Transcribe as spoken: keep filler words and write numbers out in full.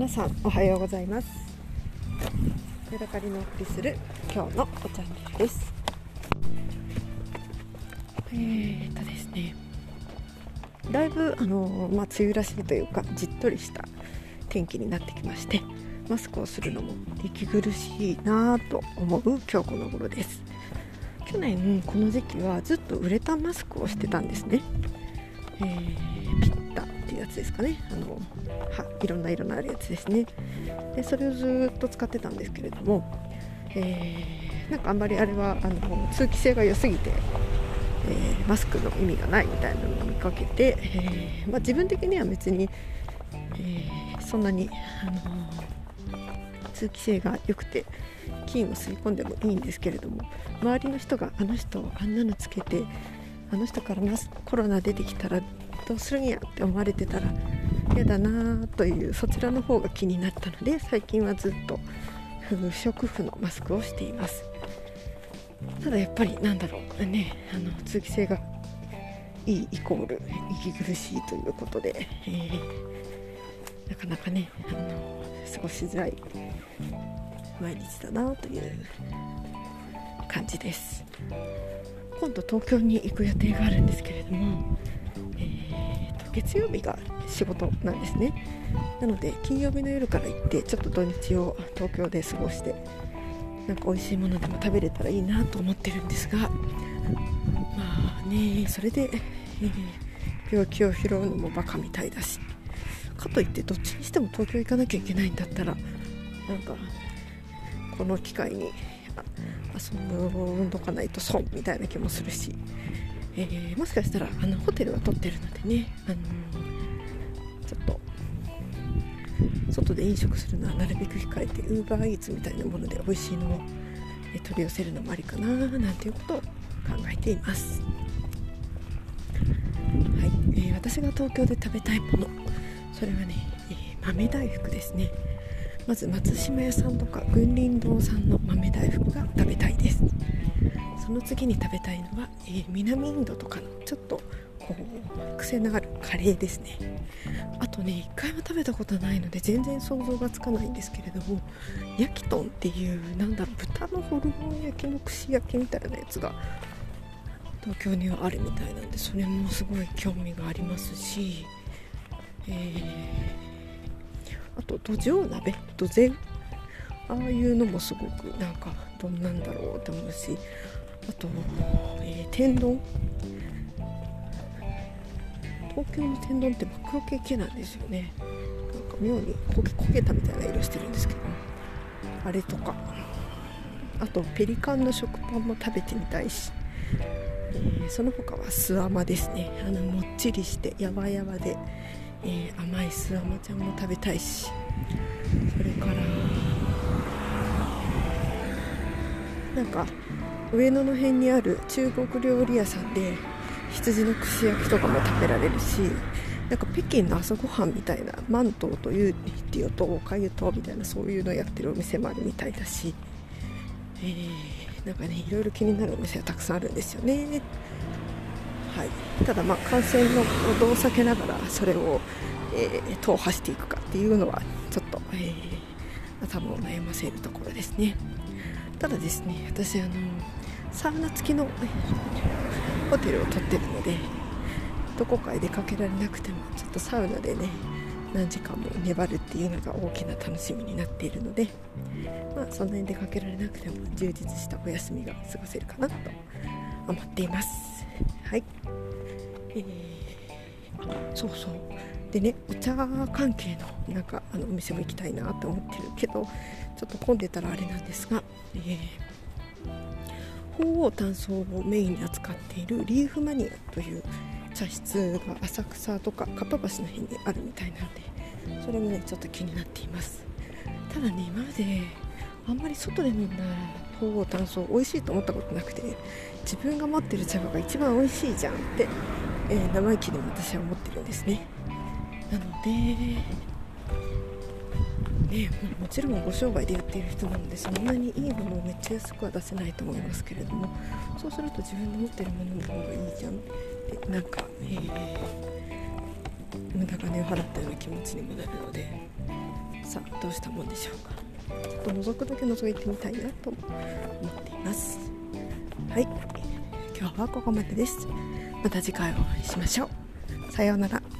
皆さんおはようございます。メダカリのお送りする今日のおチャンネルです。えーっとですねだいぶあの、まあ、梅雨らしいというかじっとりした天気になってきまして、マスクをするのも息苦しいなと思う今日この頃です。去年この時期はずっとウレタンマスクをしてたんですね。えー、ピッタっていうやつですかね。あのはいろんな色のあるやつですね。でそれをずっと使ってたんですけれども、えー、なんかあんまりあれはあの通気性が良すぎて、えー、マスクの意味がないみたいなのを見かけて、えーまあ、自分的には別に、えー、そんなに、あのー、通気性が良くて菌を吸い込んでもいいんですけれども、周りの人があの人あんなのつけてあの人からコロナ出てきたらどうするんやって思われてたら嫌だなという、そちらの方が気になったので、最近はずっと不織布のマスクをしています。ただやっぱりなんだろうね、あの通気性がいいイコール息苦しいということで、えー、なかなかねあの過ごしづらい毎日だなという感じです。今度東京に行く予定があるんですけれども、えー、と月曜日が仕事なんですね。なので金曜日の夜から行ってちょっと土日を東京で過ごして、なんか美味しいものでも食べれたらいいなと思ってるんですが、まあねそれで、えー、病気を拾うのもバカみたいだし、かといってどっちにしても東京行かなきゃいけないんだったら、なんかこの機会に遊んどかないと損みたいな気もするし、えー、もしかしたらあのホテルは取ってるのでね、あのー、ちょっと外で飲食するのはなるべく控えて、ウーバーイーツみたいなもので美味しいのを、えー、取り寄せるのもありかななんていうことを考えています。はい、えー、私が東京で食べたいもの、それはね、えー、豆大福ですね。まず松島屋さんとか群林堂さんの豆大福が食べたいです。その次に食べたいのは、えー、南インドとかのちょっとこう癖のあるカレーですね。あとね一回も食べたことないので全然想像がつかないんですけれども、ヤキトンっていうなんだろう豚のホルモン焼きの串焼きみたいなやつが東京にはあるみたいなんで、それもすごい興味がありますし、えーあとどじょう鍋、どぜう、ああいうのもすごくなんかどんなんだろうと思うし、あと、えー、天丼、東京の天丼って真っ黒系系なんですよね。なんか妙に焦げ、焦げたみたいな色してるんですけど、あれとか、あとペリカンの食パンも食べてみたいし、えー、その他はスアマですね。あのもっちりしてやわやわで、えー、甘いスアマちゃんも食べたいし、それからなんか上野の辺にある中国料理屋さんで羊の串焼きとかも食べられるし、なんか北京の朝ごはんみたいなマントウとユーティオとおかゆとみたいな、そういうのやってるお店もあるみたいだし、えー、なんかねいろいろ気になるお店はたくさんあるんですよね。はい、ただまあ感染のことを避けながらそれを、えー、踏破していくかっていうのはちょっと、えー、頭を悩ませるところですね。ただですね、私あのサウナ付きの、えー、ホテルを取ってるので、どこかへ出かけられなくてもちょっとサウナでね何時間も粘るっていうのが大きな楽しみになっているので、まあそんなに出かけられなくても充実したお休みが過ごせるかなと思っています。はい、えー、そうそうでね、お茶関係のなんかあのお店も行きたいなと思ってるけど、ちょっと混んでたらあれなんですが、えー、鳳凰炭素をメインに扱っているリーフマニアという茶室が浅草とかかっぱ橋の辺にあるみたいなので、それもねちょっと気になっています。ただね、今まであんまり外で飲んだ鳳凰炭素美味しいと思ったことなくて、自分が持ってる茶葉が一番美味しいじゃんって、えー、生意気に私は思ってるんですね。なので、ね、もちろんご商売でやっている人なのでそんなにいいものをめっちゃ安くは出せないと思いますけれども、そうすると自分の持ってるものの方がいいじゃんってなんか、えー、無駄金を払ったような気持ちにもなるので、 さあどうしたもんでしょうか。ちょっと覗くだけ覗いてみたいなと思っています。はい、今日はここまでです。また次回お会いしましょう。さようなら。